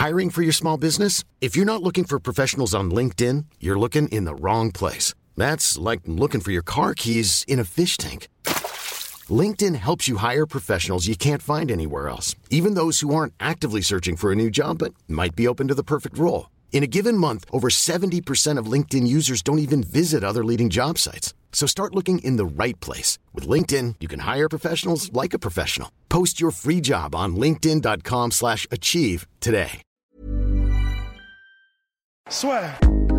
Hiring for your small business? If you're not looking for professionals on LinkedIn, you're looking in the wrong place. That's like looking for your car keys in a fish tank. LinkedIn helps you hire professionals you can't find anywhere else, even those who aren't actively searching for a new job but might be open to the perfect role. In a given month, over 70% of LinkedIn users don't even visit other leading job sites. So start looking in the right place. With LinkedIn, you can hire professionals like a professional. Post your free job on linkedin.com/achieve today. Swear.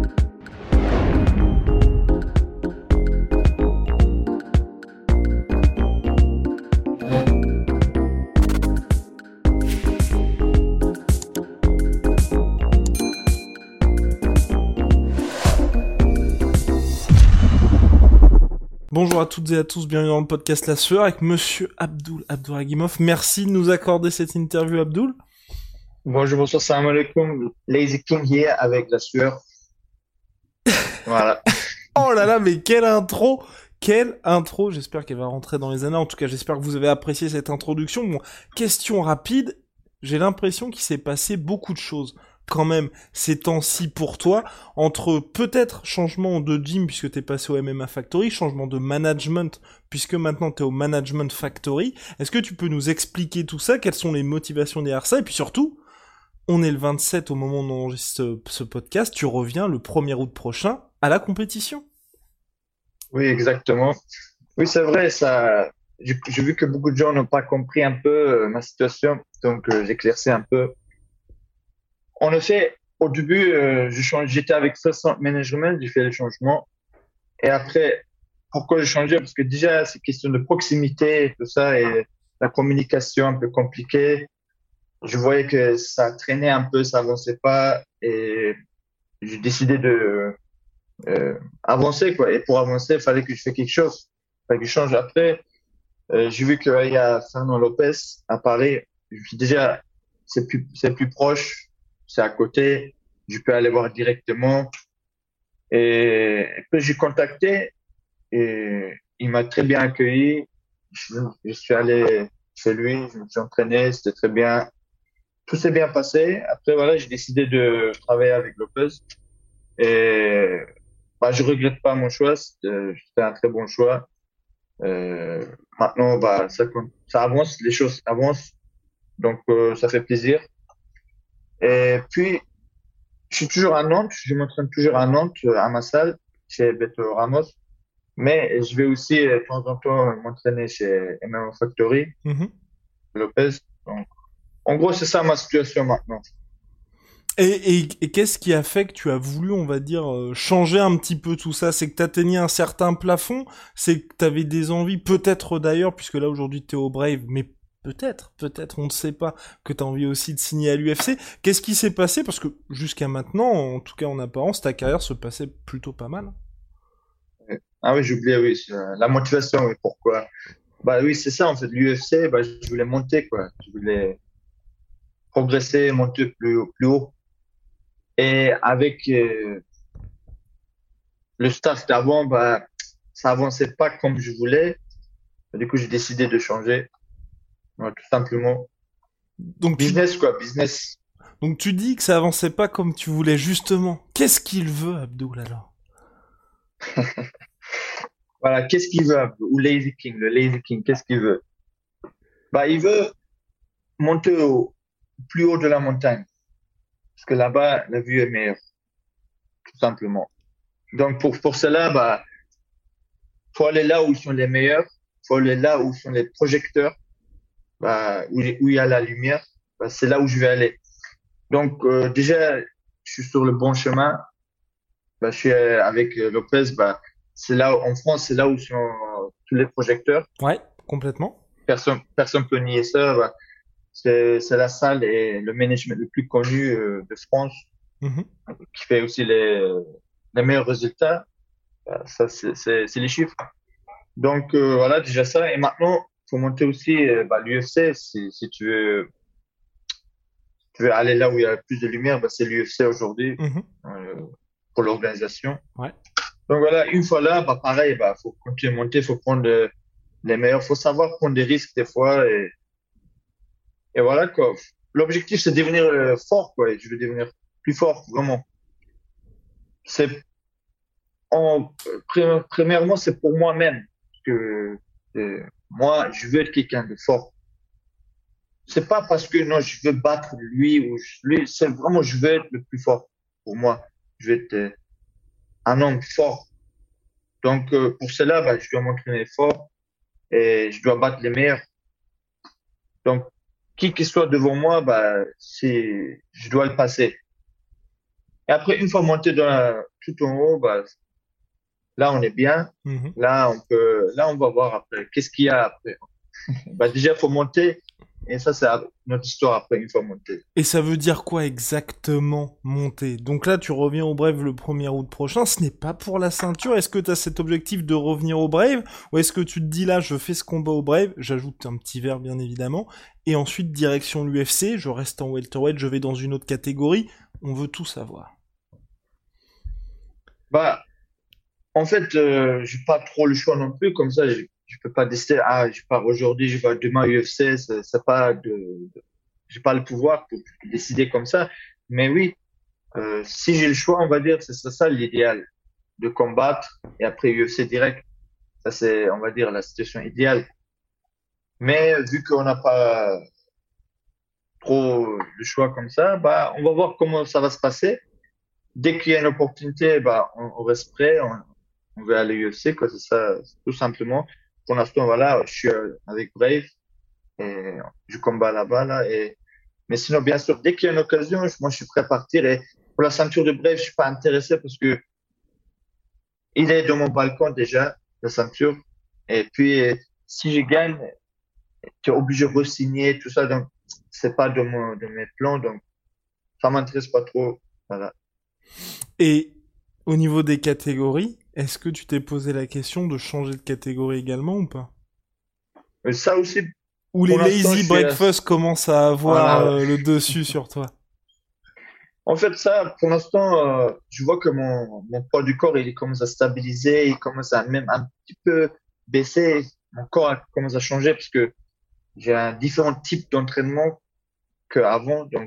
Bonjour à toutes et à tous, bienvenue dans le podcast La Sueur avec Monsieur Abdouragimov. Merci de nous accorder cette interview, Abdoul. Bonjour, bonsoir, salam alaikum. Lazy King here avec La Sueur. Voilà. Oh là là, mais quelle intro! J'espère qu'elle va rentrer dans les annales. En tout cas, j'espère que vous avez apprécié cette introduction. Bon, question rapide. J'ai l'impression qu'il s'est passé beaucoup de choses. Quand même, ces temps-ci pour toi, entre peut-être changement de gym puisque t'es passé au MMA Factory, changement de management puisque maintenant t'es au Management Factory. Est-ce que tu peux nous expliquer tout ça? Quelles sont les motivations derrière ça? Et puis surtout, on est le 27 au moment où on enregistre ce podcast, tu reviens le 1er août prochain à la compétition. Oui, exactement. Oui, c'est vrai, ça. J'ai vu que beaucoup de gens n'ont pas compris un peu ma situation, donc j'éclaircis un peu. En effet, au début, j'étais avec 60 Management, j'ai fait le changement. Et après, pourquoi j'ai changé? Parce que déjà, c'est question de proximité et tout ça, et la communication un peu compliquée. Je voyais que ça traînait un peu, ça avançait pas, et j'ai décidé de avancer, quoi. Et pour avancer, il fallait que je fasse quelque chose, il fallait que je change. Après, j'ai vu qu'il y a Fernand Lopez à Paris. Je me suis dit, déjà, c'est plus proche. C'est à côté, je peux aller voir directement. Et puis j'ai contacté et il m'a très bien accueilli. Je suis allé chez lui, je me suis entraîné, c'était très bien. Tout s'est bien passé. Après, voilà, j'ai décidé de travailler avec Lopez. Et je regrette pas mon choix, c'était un très bon choix. Maintenant, ça avance, les choses avancent. Donc, ça fait plaisir. Et puis, je suis toujours à Nantes, je m'entraîne toujours à Nantes, à ma salle, chez Beto Ramos. Mais je vais aussi, de temps en temps, m'entraîner chez MMA Factory, Lopez. Donc, en gros, c'est ça ma situation maintenant. Et qu'est-ce qui a fait que tu as voulu, on va dire, changer un petit peu tout ça? C'est que t'atteignais un certain plafond? C'est que t'avais des envies, peut-être d'ailleurs, puisque là, aujourd'hui, t'es au Brave, mais peut-être, on ne sait pas, que t'as envie aussi de signer à l'UFC. Qu'est-ce qui s'est passé? Parce que jusqu'à maintenant, en tout cas en apparence, ta carrière se passait plutôt pas mal. Ah oui, j'oubliais, oui, la motivation, oui, pourquoi? Oui, c'est ça, en fait, l'UFC, je voulais monter, quoi. Je voulais progresser, monter plus haut. Et avec le staff d'avant, ça avançait pas comme je voulais. Du coup, j'ai décidé de changer. Ouais, tout simplement. Donc business. Donc tu dis que ça avançait pas comme tu voulais, justement. Qu'est-ce qu'il veut, Abdoul, alors? Voilà, qu'est-ce qu'il veut, Abdoul? Ou le Lazy King, qu'est-ce qu'il veut? Il veut monter plus haut de la montagne. Parce que là-bas, la vue est meilleure. Tout simplement. Donc, pour cela, faut aller là où sont les meilleurs. Faut aller là où sont les projecteurs. Où il y a la lumière, c'est là où je vais aller. Donc, déjà, je suis sur le bon chemin. Je suis avec Lopez, c'est là, en France, c'est là où sont tous les projecteurs. Ouais, complètement. Personne peut nier ça. C'est la salle et le management le plus connu de France, qui fait aussi les meilleurs résultats. Ça, c'est les chiffres. Donc, voilà, déjà ça. Et maintenant, faut monter aussi l'UFC si tu veux aller là où il y a plus de lumière, c'est l'UFC aujourd'hui pour l'organisation. Ouais. Donc voilà, une fois là, pareil, faut continuer à monter, faut prendre les meilleurs, faut savoir prendre des risques des fois et voilà quoi. l'objectif, c'est de devenir fort, quoi. Et je veux devenir plus fort, vraiment. C'est premièrement, c'est pour moi-même que moi, je veux être quelqu'un de fort. C'est pas parce que non, je veux battre lui ou lui, c'est vraiment, je veux être le plus fort pour moi. Je veux être un homme fort. Donc, pour cela, bah, je dois m'entraîner fort et je dois battre les meilleurs. Donc, qui qu'il soit devant moi, bah, je dois le passer. Et après, une fois monté tout en haut, bah, là, on est bien. Mhm. Là, on va voir après. Qu'est-ce qu'il y a après? Bah, déjà, faut monter. Et ça, c'est notre histoire après, une fois monté. Et ça veut dire quoi exactement, monter? Donc là, tu reviens au Brave le 1er août prochain, ce n'est pas pour la ceinture. Est-ce que tu as cet objectif de revenir au Brave? Ou est-ce que tu te dis là, je fais ce combat au Brave, j'ajoute un petit verre bien évidemment, et ensuite direction l'UFC, je reste en welterweight, je vais dans une autre catégorie, on veut tout savoir. Bah, en fait, j'ai pas trop le choix non plus. Comme ça, je peux pas décider, ah, je pars aujourd'hui, je vais demain UFC. C'est pas j'ai pas le pouvoir pour décider comme ça. Mais oui, si j'ai le choix, on va dire, c'est ça l'idéal, de combattre et après UFC direct. Ça, c'est, on va dire, la situation idéale. Mais vu qu'on n'a pas trop le choix comme ça, bah, on va voir comment ça va se passer. Dès qu'il y a une opportunité, bah, on reste prêt, on veut aller à l'UFC, quoi, c'est ça, tout simplement. Pour l'instant, voilà, je suis avec Brave et je combats là-bas, là, mais sinon, bien sûr, dès qu'il y a une occasion, moi, je suis prêt à partir et pour la ceinture de Brave, je suis pas intéressé parce que il est dans mon balcon déjà, la ceinture. Et puis, si je gagne, tu es obligé de re-signer, tout ça, donc, c'est pas de mes plans, donc, ça m'intéresse pas trop, voilà. Et au niveau des catégories, est-ce que tu t'es posé la question de changer de catégorie également ou pas? Ça aussi, Ou les pour l'instant, je lazy suis, breakfast commencent à avoir voilà. le dessus sur toi? En fait, ça, pour l'instant, je vois que mon poids du corps, il commence à stabiliser, il commence à même un petit peu baisser. Mon corps commence à changer parce que j'ai un différent type d'entraînement qu'avant. Donc,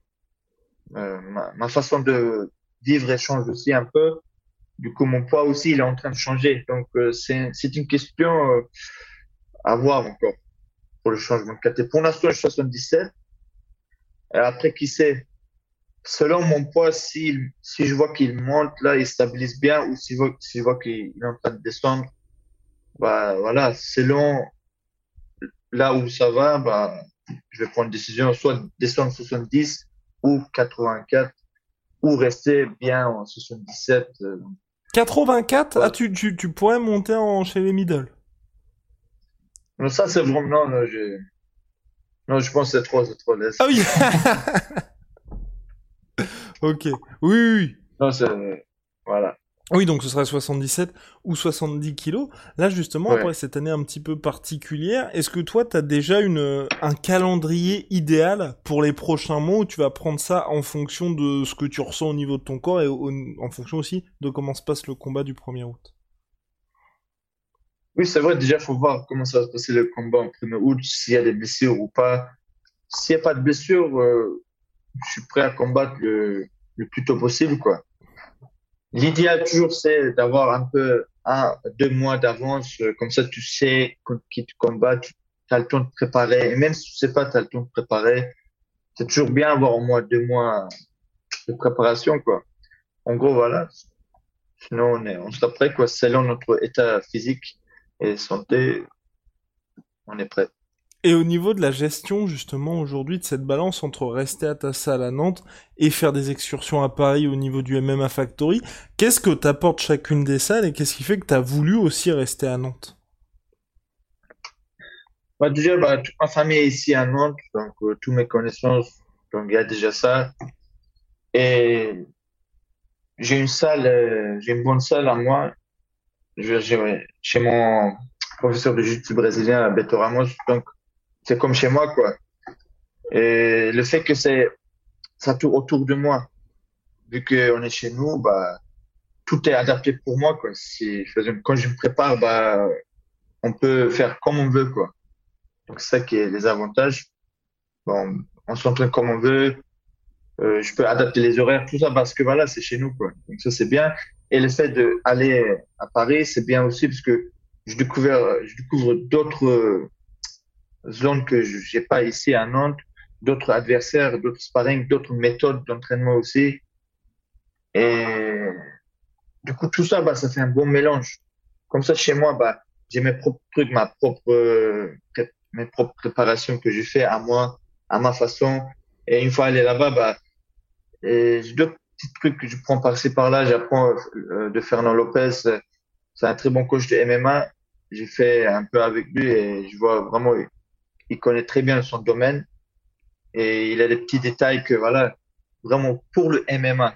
ma façon de vivre, elle change aussi un peu. Du coup, mon poids aussi, il est en train de changer. Donc, c'est une question à voir encore pour le changement de catégorie. Pour l'instant, je suis 77. Et après, qui sait? Selon mon poids, si je vois qu'il monte, là, il stabilise bien, ou si je vois qu'il est en train de descendre, bah, voilà, selon là où ça va, bah, je vais prendre une décision, soit descendre 70 ou 84, ou rester bien en 77. 84? Ah, Voilà. tu pourrais monter chez les middle. Donc ça, c'est vraiment, non, je pense que c'est trop laisse. Ah oui. Ok. Oui, oui, oui. Non, voilà. Oui, donc ce serait 77 ou 70 kilos. Là, justement, Ouais. après cette année un petit peu particulière, est-ce que toi, t'as déjà un calendrier idéal pour les prochains mois où tu vas prendre ça en fonction de ce que tu ressens au niveau de ton corps et en fonction aussi de comment se passe le combat du 1er août? Oui, c'est vrai, déjà, faut voir comment ça va se passer le combat en 1er août, s'il y a des blessures ou pas. S'il n'y a pas de blessure, je suis prêt à combattre le plus tôt possible, quoi. L'idéal toujours, c'est d'avoir un peu 2 mois d'avance, comme ça tu sais contre qui tu combats, tu as le temps de préparer. Et même si tu sais pas, tu as le temps de préparer. C'est toujours bien d'avoir au moins 2 mois de préparation, quoi. En gros, voilà. Sinon, on sera prêt, quoi. Selon notre état physique et santé, on est prêt. Et au niveau de la gestion, justement, aujourd'hui, de cette balance entre rester à ta salle à Nantes et faire des excursions à Paris au niveau du MMA Factory, qu'est-ce que t'apporte chacune des salles et qu'est-ce qui fait que t'as voulu aussi rester à Nantes? Bah, déjà, bah, toute ma famille est ici à Nantes, donc tous mes connaissances, donc il y a déjà ça. Et j'ai une bonne salle à moi. Ouais, chez mon professeur de jiu-jitsu brésilien, Beto Ramos, donc c'est comme chez moi, quoi. Et le fait que ça tourne autour de moi, vu qu'on est chez nous, bah, tout est adapté pour moi, quoi. Quand je me prépare, bah, on peut faire comme on veut, quoi. Donc c'est ça qui est les avantages. Bon, on s'entraîne comme on veut. Je peux adapter les horaires, tout ça parce que voilà, c'est chez nous, quoi. Donc ça, c'est bien. Et le fait d'aller à Paris, c'est bien aussi parce que je découvre d'autres zones que j'ai pas ici à Nantes, d'autres adversaires, d'autres sparring, d'autres méthodes d'entraînement aussi. Et du coup, tout ça, bah, ça fait un bon mélange. Comme ça, chez moi, bah, j'ai mes propres trucs, mes propres préparations que je fais à moi, à ma façon. Et une fois allé là-bas, bah, et j'ai d'autres petits trucs que je prends par-ci par-là. J'apprends de Fernand Lopez. C'est un très bon coach de MMA. J'ai fait un peu avec lui et je vois vraiment, il connaît très bien son domaine et il a des petits détails que voilà, vraiment pour le MMA.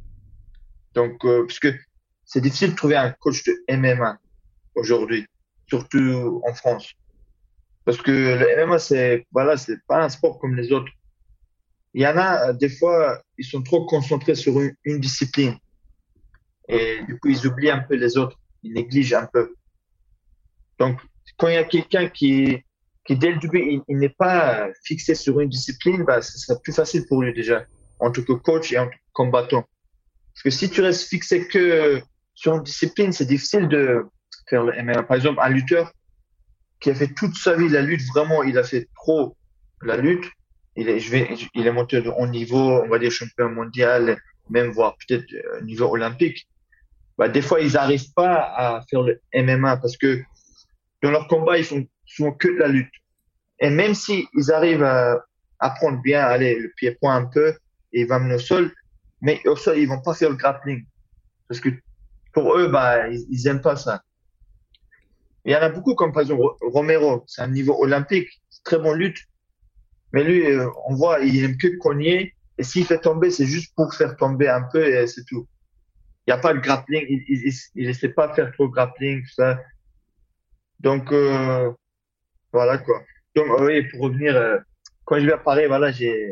Donc, parce que c'est difficile de trouver un coach de MMA aujourd'hui, surtout en France, parce que le MMA c'est voilà, c'est pas un sport comme les autres. Il y en a des fois, ils sont trop concentrés sur une discipline et du coup ils oublient un peu les autres, ils négligent un peu. Donc, quand il y a quelqu'un qui dès le début, il n'est pas fixé sur une discipline, bah, ce sera plus facile pour lui déjà, en tant que coach et en tant que combattant. Parce que si tu restes fixé que sur une discipline, c'est difficile de faire le MMA. Par exemple, un lutteur qui a fait toute sa vie la lutte, vraiment, il a fait trop la lutte. Il est monté de haut niveau, on va dire champion mondial, même voire peut-être niveau olympique. Bah, des fois, ils n'arrivent pas à faire le MMA parce que dans leur combat, ils font souvent que de la lutte. Et même si ils arrivent à prendre bien, aller le pied-point un peu, et ils vont mener au sol, mais au sol, ils vont pas faire le grappling. Parce que pour eux, bah, ils aiment pas ça. Il y en a beaucoup, comme par exemple Romero, c'est un niveau olympique, c'est très bon lutte, mais lui, on voit, il aime que cogner, et s'il fait tomber, c'est juste pour faire tomber un peu, et c'est tout. Il n'y a pas de grappling, il essaie pas de faire trop de grappling, tout ça. Donc, voilà, quoi. Donc, oui, pour revenir, quand je vais à Paris, voilà,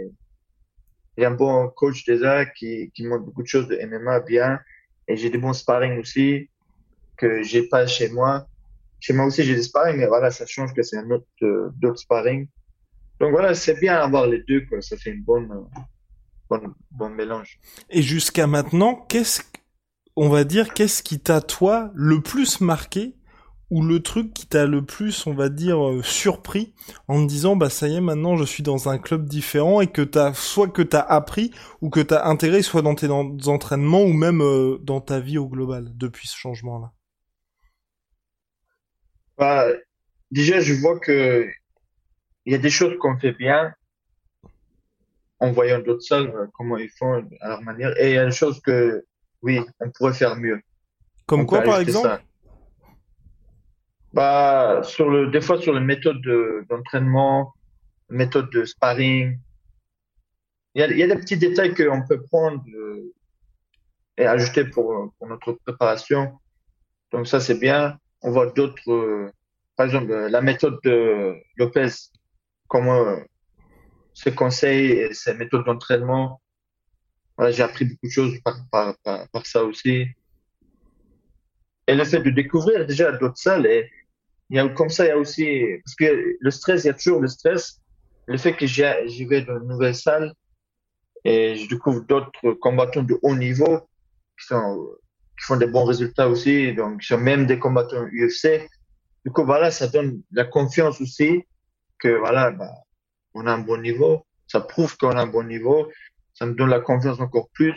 j'ai un bon coach déjà qui me montre beaucoup de choses de MMA bien, et j'ai des bons sparring aussi, que j'ai pas chez moi. Chez moi aussi, j'ai des sparring, mais voilà, ça change que c'est un autre, d'autres sparring. Donc voilà, c'est bien avoir les deux, quoi. Ça fait une bon mélange. Et jusqu'à maintenant, on va dire, qu'est-ce qui t'a, toi, le plus marqué ou le truc qui t'a le plus, on va dire, surpris en te disant, bah ça y est, maintenant je suis dans un club différent et que t'as appris ou que t'as intégré soit dans tes entraînements ou même dans ta vie au global depuis ce changement-là. Bah, déjà, je vois que il y a des choses qu'on fait bien en voyant d'autres salles, comment ils font à leur manière, et il y a des choses que, oui, on pourrait faire mieux. Comme On peut quoi, par ajuster exemple? ça. Bah, des fois sur les méthodes d'entraînement, méthodes de sparring, il y a des petits détails qu'on peut prendre et ajouter pour notre préparation. Donc ça, c'est bien. On voit d'autres, par exemple, la méthode de Lopez, comment ses conseils et ses méthodes d'entraînement. Voilà, j'ai appris beaucoup de choses par ça aussi. Et le fait de découvrir déjà d'autres salles, et comme ça, il y a aussi, parce que le stress, il y a toujours le stress. Le fait que j'y vais dans une nouvelle salle et je découvre d'autres combattants de haut niveau qui font des bons résultats aussi, donc qui sont même des combattants UFC. Du coup, voilà, ça donne la confiance aussi que voilà, bah, on a un bon niveau. Ça prouve qu'on a un bon niveau. Ça me donne la confiance encore plus.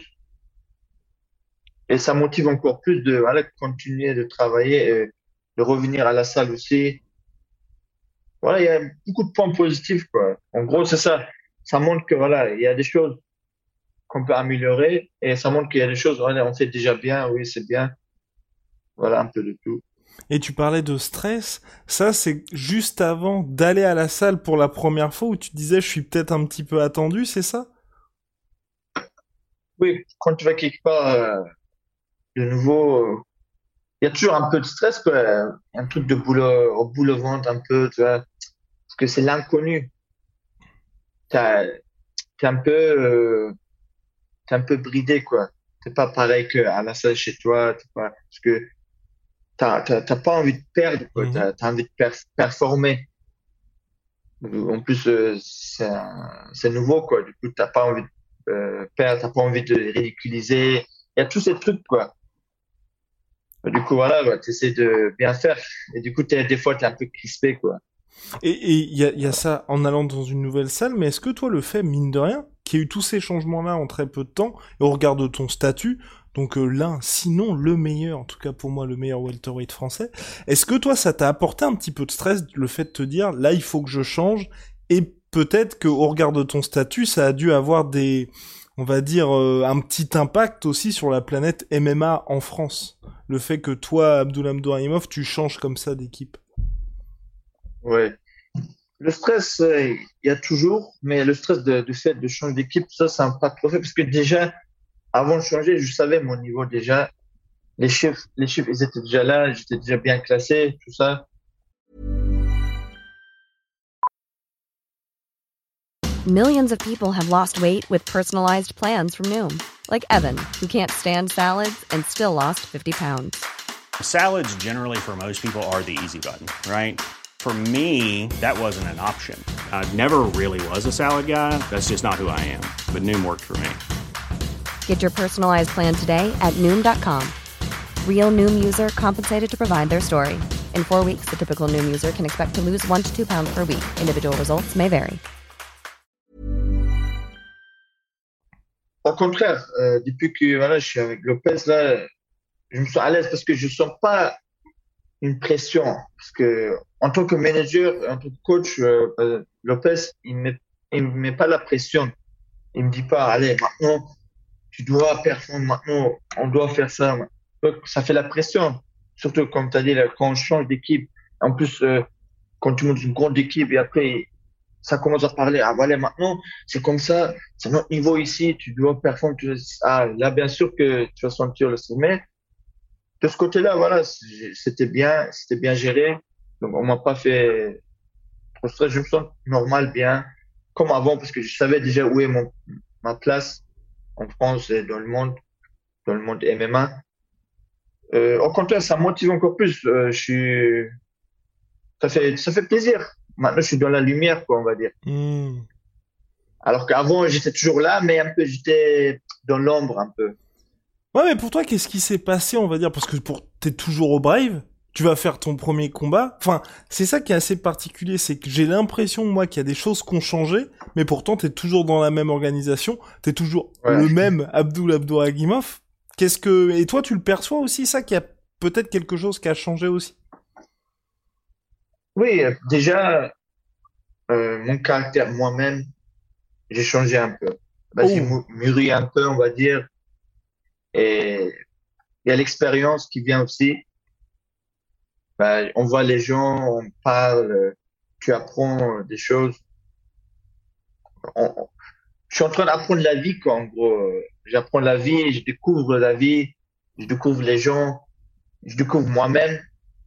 Et ça motive encore plus de voilà, continuer de travailler et de revenir à la salle aussi. Voilà, il y a beaucoup de points positifs, quoi. En gros, c'est ça. Ça montre que voilà, il y a des choses qu'on peut améliorer et ça montre qu'il y a des choses, voilà, on fait déjà bien, oui, c'est bien. Voilà, un peu de tout. Et tu parlais de stress, ça c'est juste avant d'aller à la salle pour la première fois où tu disais je suis peut-être un petit peu attendu, c'est ça? Oui, quand tu vas quelque part, de nouveau, il y a toujours un peu de stress, quoi. Un truc de boule au ventre, un peu, tu vois. Parce que c'est l'inconnu. T'as, t'es un peu, t'es un peu bridé, quoi. C'est pas pareil qu'à la salle chez toi, parce que t'as pas envie de perdre, quoi. Mhm. T'as envie de performer. En plus, c'est nouveau, quoi. Du coup, t'as pas envie de perdre, t'as pas envie de ridiculiser. Il y a tous ces trucs, quoi. Du coup, voilà, ouais, t'essaies de bien faire. Et du coup, des fois, t'es un peu crispé, quoi. Et il y a ça en allant dans une nouvelle salle, mais est-ce que toi, le fait, mine de rien, qu'il y a eu tous ces changements-là en très peu de temps, et au regard de ton statut, donc l'un, sinon le meilleur, en tout cas pour moi, le meilleur welterweight français, est-ce que toi, ça t'a apporté un petit peu de stress, le fait de te dire, là, il faut que je change, et peut-être qu'au regard de ton statut, ça a dû avoir on va dire, un petit impact aussi sur la planète MMA en France. Le fait que toi, Abdul Abdourahimov, tu changes comme ça d'équipe. Ouais. Le stress, il y a toujours, mais le stress du fait de changer d'équipe, ça m'a pas trop fait parce que déjà, avant de changer, je savais mon niveau déjà. Les chiffres, ils étaient déjà là, j'étais déjà bien classé, tout ça. Millions of people have lost weight with personalized plans from Noom, like Evan, who can't stand salads and still lost 50 pounds. Salads generally for most people are the easy button, right? For me, that wasn't an option. I never really was a salad guy. That's just not who I am. But Noom worked for me. Get your personalized plan today at Noom.com. Real Noom user compensated to provide their story. In 4 weeks, the typical Noom user can expect to lose 1 to 2 pounds per week. Individual results may vary. Au contraire, depuis que voilà, je suis avec Lopez, là, je me sens à l'aise parce que je sens pas une pression. Parce que en tant que manager, en tant que coach, Lopez, il me met pas la pression. Il me dit pas, allez, maintenant, tu dois performer, maintenant, on doit faire ça. Donc, ça fait la pression. Surtout, comme tu as dit, là, quand on change d'équipe. En plus, quand tu montes une grande équipe et après, ça commence à parler. Ah, voilà, maintenant, c'est comme ça. C'est notre niveau ici. Tu dois performer. Ah, là, bien sûr que tu vas sentir le sommet. De ce côté-là, voilà, c'était bien géré. Donc, on m'a pas fait trop stress. Je me sens normal, bien, comme avant, parce que je savais déjà où est ma place en France et dans le monde MMA. Au contraire, ça me motive encore plus. Ça fait plaisir. Maintenant, je suis dans la lumière, quoi, on va dire. Hmm. Alors qu'avant, j'étais toujours là, mais un peu, j'étais dans l'ombre, un peu. Ouais, mais pour toi, qu'est-ce qui s'est passé, on va dire, parce que t'es toujours au Brave, tu vas faire ton premier combat. Enfin, c'est ça qui est assez particulier, c'est que j'ai l'impression, moi, qu'il y a des choses qui ont changé, mais pourtant, t'es toujours dans la même organisation, t'es toujours Ouais. le même Abdul Abdouragimov. Et toi, tu le perçois aussi, ça, qu'il y a peut-être quelque chose qui a changé aussi? Oui, déjà, mon caractère moi-même, j'ai changé un peu. Bah, j'ai Oh. mûri un peu, on va dire. Et il y a l'expérience qui vient aussi. Bah, on voit les gens, on parle, tu apprends des choses. On- je suis en train d'apprendre la vie, quoi, en gros. J'apprends la vie, je découvre la vie, je découvre les gens, je découvre moi-même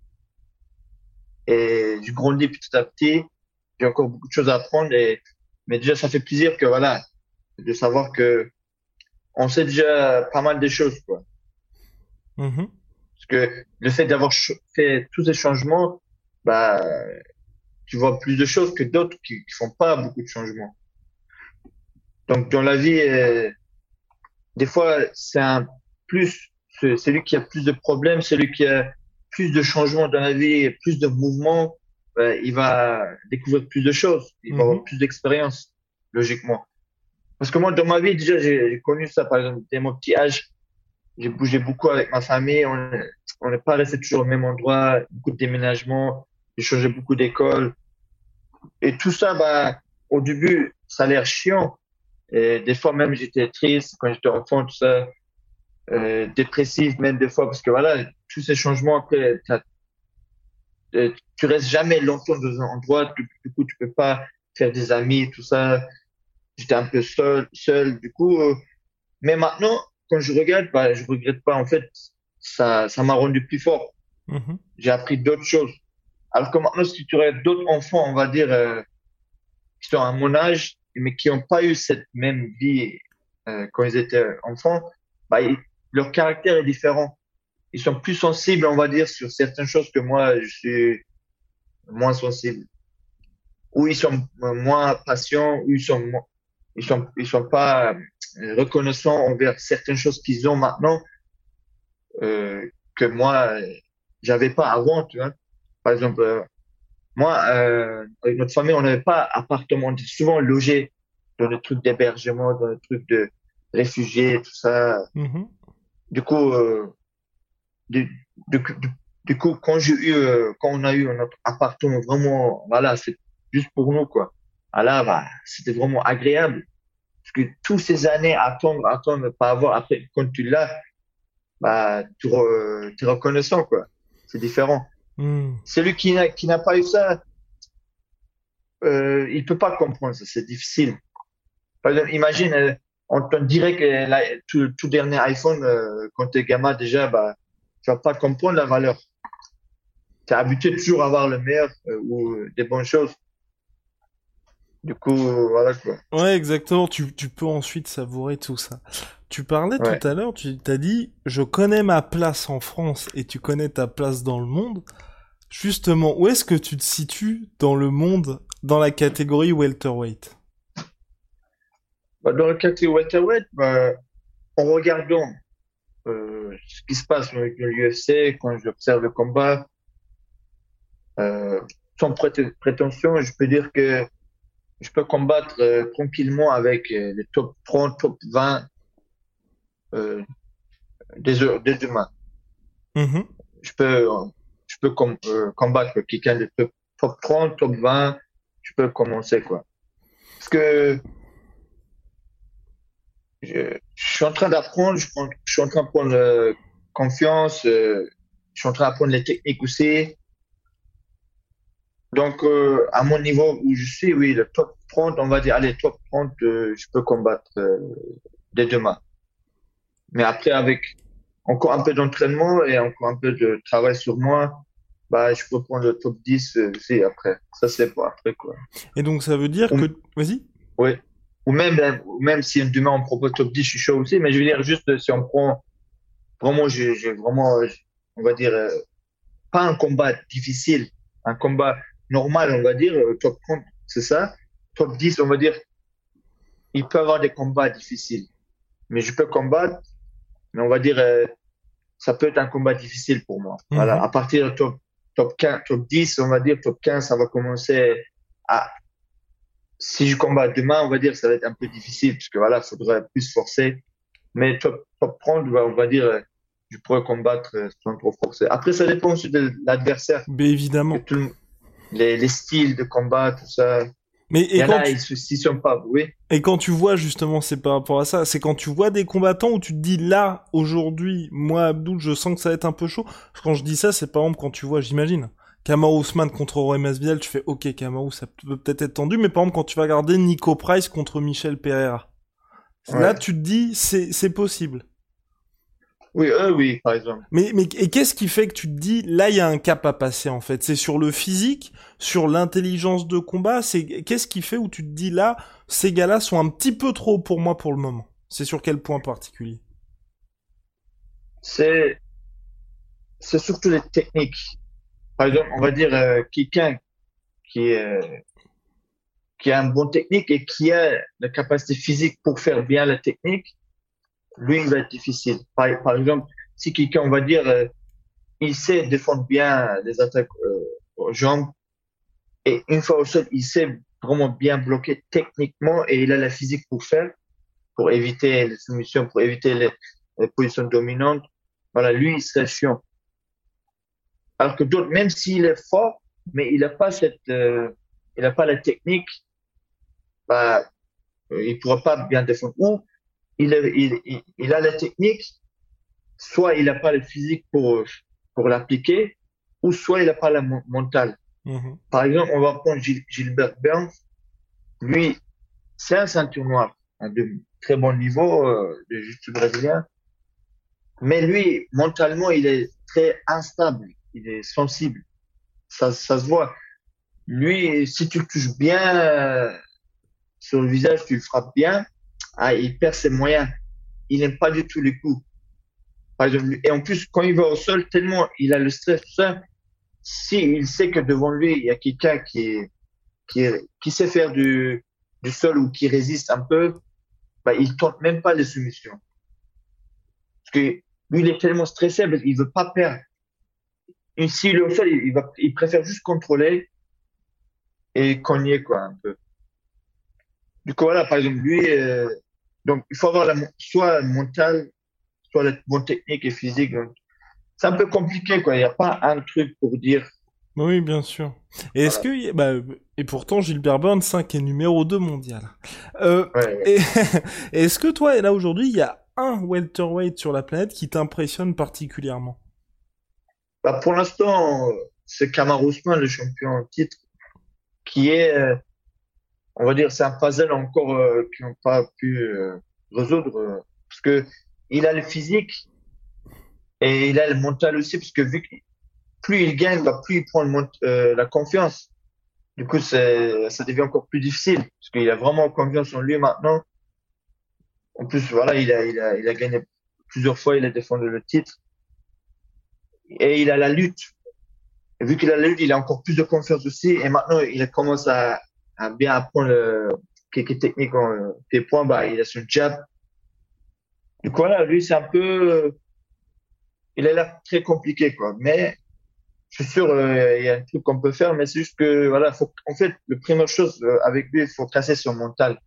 et je grandis petit à petit. J'ai encore beaucoup de choses à apprendre mais déjà, ça fait plaisir que, voilà, de savoir que on sait déjà pas mal de choses, quoi. Mhm. Parce que le fait d'avoir fait tous ces changements, bah, tu vois plus de choses que d'autres qui font pas beaucoup de changements. Donc, dans la vie, des fois, c'est un plus, c'est celui qui a plus de problèmes, celui qui a plus de changements dans la vie, plus de mouvements, il va découvrir plus de choses, il va avoir Mhm. plus d'expérience, logiquement. Parce que moi, dans ma vie, déjà, j'ai connu ça, par exemple, dès mon petit âge, j'ai bougé beaucoup avec ma famille, on n'est pas resté toujours au même endroit, beaucoup de déménagements, j'ai changé beaucoup d'école. Et tout ça, bah, au début, ça a l'air chiant. Et des fois même, j'étais triste quand j'étais enfant, tout ça, dépressif même des fois, parce que voilà, tous ces changements, après, tu restes jamais longtemps dans un endroit, du coup, tu peux pas faire des amis, tout ça. J'étais un peu seul, du coup. Mais maintenant, quand je regarde, bah, je regrette pas. En fait, ça m'a rendu plus fort. Mhm. J'ai appris d'autres choses. Alors que maintenant, si tu regardes d'autres enfants, on va dire, qui sont à mon âge, mais qui n'ont pas eu cette même vie quand ils étaient enfants, bah, leur caractère est différent. Ils sont plus sensibles, on va dire, sur certaines choses que moi, je suis moins sensible. où ils sont moins patients, où ils sont pas reconnaissants envers certaines choses qu'ils ont maintenant, que moi, j'avais pas avant, tu vois. Par exemple, moi, avec notre famille, on n'avait pas appartement, on était souvent logé dans le truc d'hébergement, dans le truc de réfugiés, tout ça. Mhm. Du coup, du, du, du, du coup, quand on a eu notre appartement vraiment, voilà, c'est juste pour nous, quoi. Ah là, bah, c'était vraiment agréable. Parce que toutes ces années attendre, pas avoir, après, quand tu l'as, bah, t'es reconnaissant, quoi. C'est différent. Mhm. Celui qui n'a pas eu ça, il peut pas comprendre ça, c'est difficile. Par exemple, imagine, on te dirait que tout dernier iPhone, quand t'es gamin déjà, bah, tu vas pas comprendre la valeur. T'es habitué toujours à avoir le meilleur ou des bonnes choses. Du coup, voilà quoi. Ouais, exactement. Tu peux ensuite savourer tout ça. Tu parlais tout Ouais. à l'heure, tu t'as dit, je connais ma place en France et tu connais ta place dans le monde. Justement, où est-ce que tu te situes dans le monde, dans la catégorie welterweight? Bah, dans le cas de welterweight, bah, en regardant ce qui se passe avec l'UFC, quand j'observe le combat, euh, sans prétention, je peux dire que je peux combattre tranquillement avec les top 30, top 20 euh, dès demain. Mhm. Je peux, combattre quelqu'un de top 30, top 20. Je peux commencer, quoi. Parce que je suis en train d'apprendre, je suis en train de prendre confiance, je suis en train d'apprendre les techniques aussi. Donc, à mon niveau où je suis, oui, le top 30, on va dire, allez, top 30, je peux combattre dès demain. Mais après, avec encore un peu d'entraînement et encore un peu de travail sur moi, bah, je peux prendre le top 10 aussi après. Ça, c'est pour après, quoi. Et donc ça veut dire Ou, que... Vas-y. oui. Ou même si demain on propose top 10, je suis chaud aussi. Mais je veux dire, juste si on prend vraiment, j'ai vraiment, on va dire, pas un combat difficile, un combat normal, on va dire, top 30, c'est ça. Top 10, on va dire, il peut y avoir des combats difficiles. Mais je peux combattre, mais on va dire, ça peut être un combat difficile pour moi. Voilà. Mhm. À partir de top 15, top 10, on va dire, top 15, ça va commencer à, si je combats demain, on va dire, ça va être un peu difficile, parce que voilà, faudrait plus forcer. Mais top 30, on va dire, je pourrais combattre sans trop forcer. Après, ça dépend aussi de l'adversaire, Ben que évidemment. les styles de combat, tout ça. Mais Il et y en quand a, tu... s'y sont pas, oui. Et quand tu vois justement, c'est par rapport à ça, c'est quand tu vois des combattants où tu te dis là, aujourd'hui, moi Abdul, je sens que ça va être un peu chaud. Parce que quand je dis ça, c'est par exemple quand tu vois, j'imagine, Kamaru Usman contre Rory Masvidal, tu fais ok, Kamaru, ça peut peut-être être tendu, mais par exemple quand tu vas regarder Nico Price contre Michel Pereira, là Ouais. tu te dis c'est possible. Oui, oui, par exemple. Mais et qu'est-ce qui fait que tu te dis là il y a un cap à passer en fait? C'est sur le physique, sur l'intelligence de combat, c'est qu'est-ce qui fait où tu te dis là ces gars-là sont un petit peu trop pour moi pour le moment. C'est sur quel point particulier? C'est, c'est surtout les techniques. Par exemple, on va dire, quelqu'un qui est, qui a un bon technique et qui a la capacité physique pour faire bien la technique, lui, il va être difficile. Par exemple, si quelqu'un, on va dire, il sait défendre bien les attaques aux jambes et une fois au sol, il sait vraiment bien bloquer techniquement et il a la physique pour éviter les soumissions, pour éviter les positions dominantes. Voilà, lui, il serait chiant. Alors que d'autres, même s'il est fort, mais il a pas la technique, bah, il pourra pas bien défendre. Ou il a la technique, soit il n'a pas le physique pour l'appliquer, ou soit il n'a pas la mentale. Mhm. Par exemple, on va prendre Gilbert Burns. Lui, c'est un ceinture noire, un de très bon niveau de jiu-jitsu brésilien. Mais lui, mentalement, il est très instable. Il est sensible. Ça se voit. Lui, si tu le touches bien sur le visage, tu le frappes bien, ah, il perd ses moyens. Il n'aime pas du tout les coups. Par exemple, et en plus, quand il va au sol, tellement il a le stress, tout ça, si il sait que devant lui, il y a quelqu'un qui sait faire du sol ou qui résiste un peu, bah, il tente même pas les soumissions. Parce que lui, il est tellement stressé, parce qu'il veut pas perdre. Et s'il est au sol, il préfère juste contrôler et cogner, quoi, un peu. Du coup, voilà, par exemple, lui, donc, il faut avoir soit le mental, soit la bonne technique et physique. Donc, c'est un peu compliqué, quoi. Il n'y a pas un truc pour dire, Oui, bien sûr. Et est-ce voilà. que, bah, et pourtant Gilbert Burns, 5 est numéro 2 mondial. Ouais, ouais. Et est-ce que toi, là aujourd'hui, il y a un welterweight sur la planète qui t'impressionne particulièrement? Bah, pour l'instant, c'est Kamaru Usman, le champion en titre, qui est, on va dire, c'est un puzzle encore qu'ils n'ont pas pu résoudre, parce que il a le physique et il a le mental aussi, parce que vu que plus il gagne, bah, plus il prend la confiance. Du coup, ça devient encore plus difficile, parce qu'il a vraiment confiance en lui maintenant. En plus, voilà, il a gagné plusieurs fois, il a défendu le titre. Et il a la lutte. Et vu qu'il a la lutte, il a encore plus de confiance aussi. Et maintenant, il commence à bien apprendre quelques techniques en pied-point. Bah, il a son jab. Du coup, voilà, lui, c'est un peu, il a l'air très compliqué, quoi. Mais, je suis sûr, il y a un truc qu'on peut faire, mais c'est juste que, voilà, en fait, la première chose avec lui, il faut casser son mental.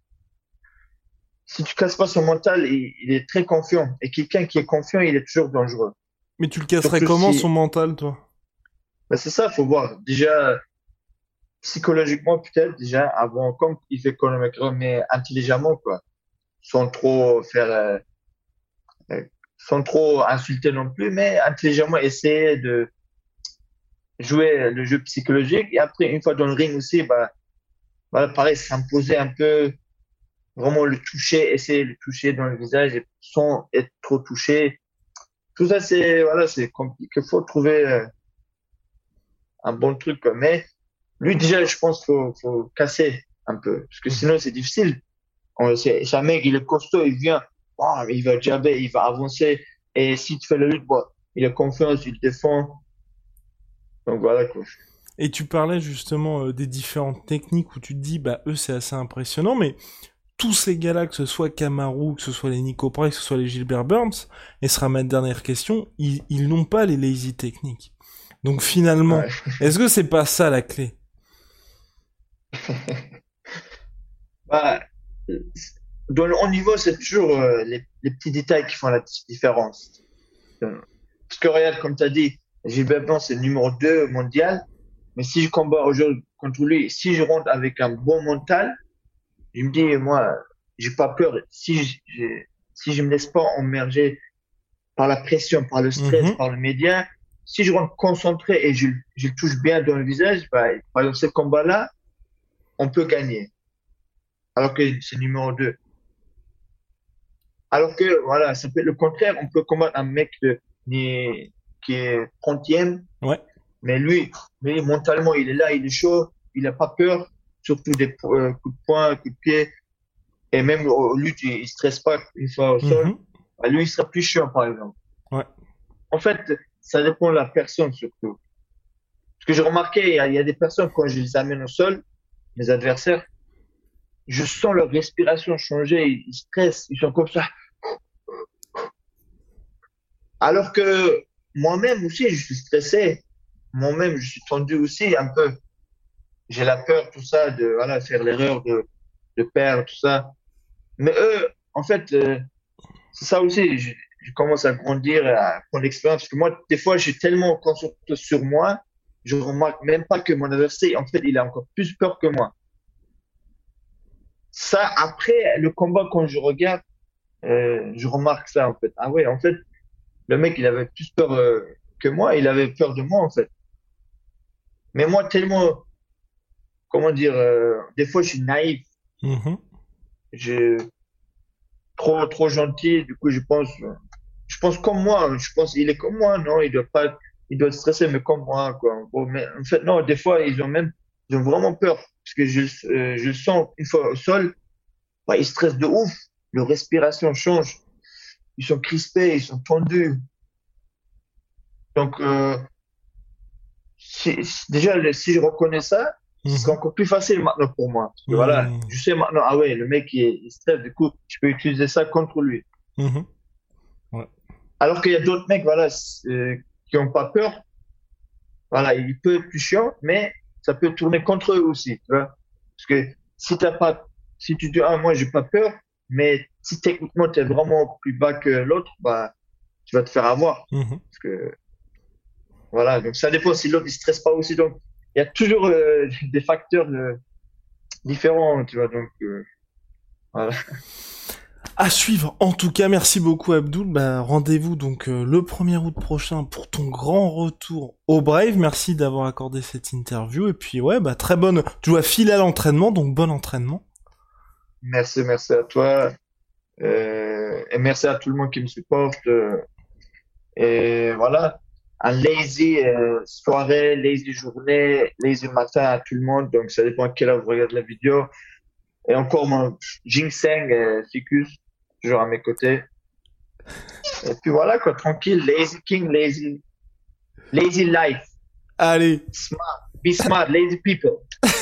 Si tu casses pas son mental, il est très confiant. Et quelqu'un qui est confiant, il est toujours dangereux. Mais tu le casserais Surtout comment son si, mental, toi? bah, c'est ça, faut voir. Déjà, psychologiquement, peut-être, déjà, avant, comme il fait Conor McGregor, mais intelligemment, quoi. Sans trop faire, euh, sans trop insulter non plus, mais intelligemment essayer de jouer le jeu psychologique. Et après, une fois dans le ring aussi, bah, voilà, pareil, s'imposer un peu, vraiment le toucher, essayer de le toucher dans le visage et sans être trop touché. Tout ça, voilà, c'est compliqué. Faut trouver un bon truc, quoi. Mais lui, déjà, je pense faut casser un peu. Parce que sinon, c'est difficile. C'est un mec, il est costaud, il vient, oh, il va jabber, il va avancer. Et si tu fais la lutte, bon, il a confiance, il défend. Donc voilà, quoi. Et tu parlais justement des différentes techniques où tu te dis, bah, eux, c'est assez impressionnant, mais tous ces gars-là, que ce soit Kamaru, que ce soit les Nico Price, que ce soit les Gilbert Burns, et ce sera ma dernière question, ils n'ont pas les lazy techniques. Donc finalement, Ouais. est-ce que c'est pas ça la clé? Bah, dans le haut niveau, c'est toujours les petits détails qui font la différence. Parce que regarde, comme tu as dit, Gilbert Blanc, c'est le numéro 2 mondial. Mais si je combats aujourd'hui contre lui, si je rentre avec un bon mental, je me dis, moi, j'ai pas peur. Si je me laisse pas emmerger par la pression, par le stress, Mhm. par le média, si je rentre concentré et je le touche bien dans le visage, bah, par exemple, ce combat-là, on peut gagner. Alors que c'est numéro 2. Alors que, voilà, ça peut être le contraire. On peut combattre un mec qui est 30e, Ouais. mais lui, mentalement, il est là, il est chaud, il a pas peur, surtout des coups de poing, coups de pied, et même au lutte, il stresse pas une fois au sol. Mhm. Bah, lui, il sera plus chiant, par exemple. Ouais. En fait, ça dépend de la personne, surtout. Parce que j'ai remarqué, il y a des personnes, quand je les amène au sol, mes adversaires, je sens leur respiration changer, ils stressent, ils sont comme ça. Alors que moi-même aussi, je suis stressé. Moi-même, je suis tendu aussi un peu. J'ai la peur, tout ça, de voilà, faire l'erreur de perdre, tout ça. Mais eux, en fait, c'est ça aussi. Je commence à grandir, à prendre l'expérience. Parce que moi, des fois, je suis tellement concentré sur moi, je remarque même pas que mon adversaire, en fait, il a encore plus peur que moi. Ça, après le combat, quand je regarde, je remarque ça, en fait. Ah ouais, en fait, le mec, il avait plus peur que moi, il avait peur de moi, en fait. Mais moi, tellement, comment dire, des fois, je suis naïf, Mhm. je trop gentil, du coup, je pense comme moi, je pense, il est comme moi, non, il doit stresser, mais comme moi, quoi. Bon, mais en fait, non, des fois, ils ont vraiment peur, parce que je le sens une fois au sol, bah, ils stressent de ouf, leur respiration change, ils sont crispés, ils sont tendus. Donc, déjà, si je reconnais ça, ce serait encore plus facile maintenant pour moi. Parce que voilà, je sais maintenant, ah ouais, le mec, il stresse, du coup, je peux utiliser ça contre lui. Ouais. Alors qu'il y a d'autres mecs, voilà, qui ont pas peur. Voilà, il peut être plus chiant, mais ça peut tourner contre eux aussi, tu vois. Parce que si tu dis, ah, moi, j'ai pas peur, mais si techniquement, t'es vraiment plus bas que l'autre, bah, tu vas te faire avoir. Parce que, voilà, donc ça dépend si l'autre, il stresse pas aussi. Donc, il y a toujours des facteurs différents, tu vois. Donc, voilà. À suivre. En tout cas, merci beaucoup Abdoul. Rendez-vous donc le 1er août prochain pour ton grand retour au Brave. Merci d'avoir accordé cette interview. Et puis très bonne. Tu dois filer à l'entraînement, donc bon entraînement. Merci à toi. Et merci à tout le monde qui me supporte. Et voilà. Un lazy soirée, lazy journée, lazy matin à tout le monde. Donc ça dépend à quelle heure vous regardez la vidéo. Et encore mon ginseng, ficus, toujours à mes côtés. Et puis voilà, quoi, tranquille, lazy king, lazy life. Allez. Smart, be smart, lazy people.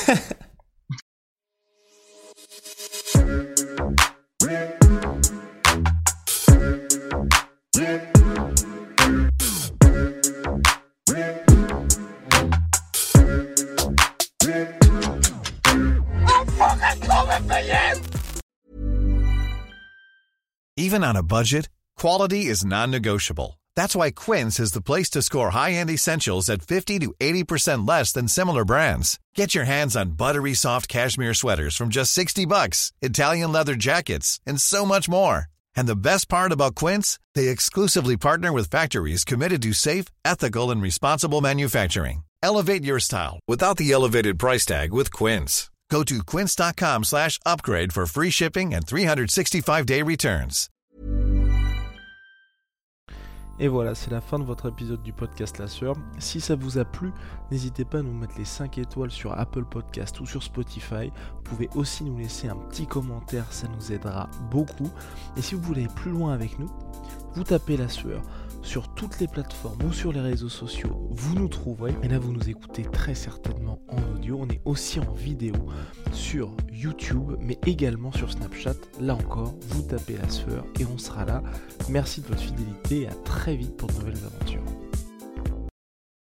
Even on a budget, quality is non-negotiable. That's why Quince is the place to score high-end essentials at 50 to 80% less than similar brands. Get your hands on buttery soft cashmere sweaters from just $60, Italian leather jackets, and so much more. And the best part about Quince, they exclusively partner with factories committed to safe, ethical, and responsible manufacturing. Elevate your style without the elevated price tag with Quince. Go to quince.com/upgrade for free shipping and 365-day returns. Et voilà, c'est la fin de votre épisode du podcast La Sueur. Si ça vous a plu, n'hésitez pas à nous mettre les 5 étoiles sur Apple Podcast ou sur Spotify. Vous pouvez aussi nous laisser un petit commentaire, ça nous aidera beaucoup. Et si vous voulez aller plus loin avec nous, vous tapez La Sueur sur toutes les plateformes ou sur les réseaux sociaux, vous nous trouverez. Et là, vous nous écoutez très certainement en audio. On est aussi en vidéo sur YouTube, mais également sur Snapchat. Là encore, vous tapez La Sueur et on sera là. Merci de votre fidélité et à très vite pour de nouvelles aventures.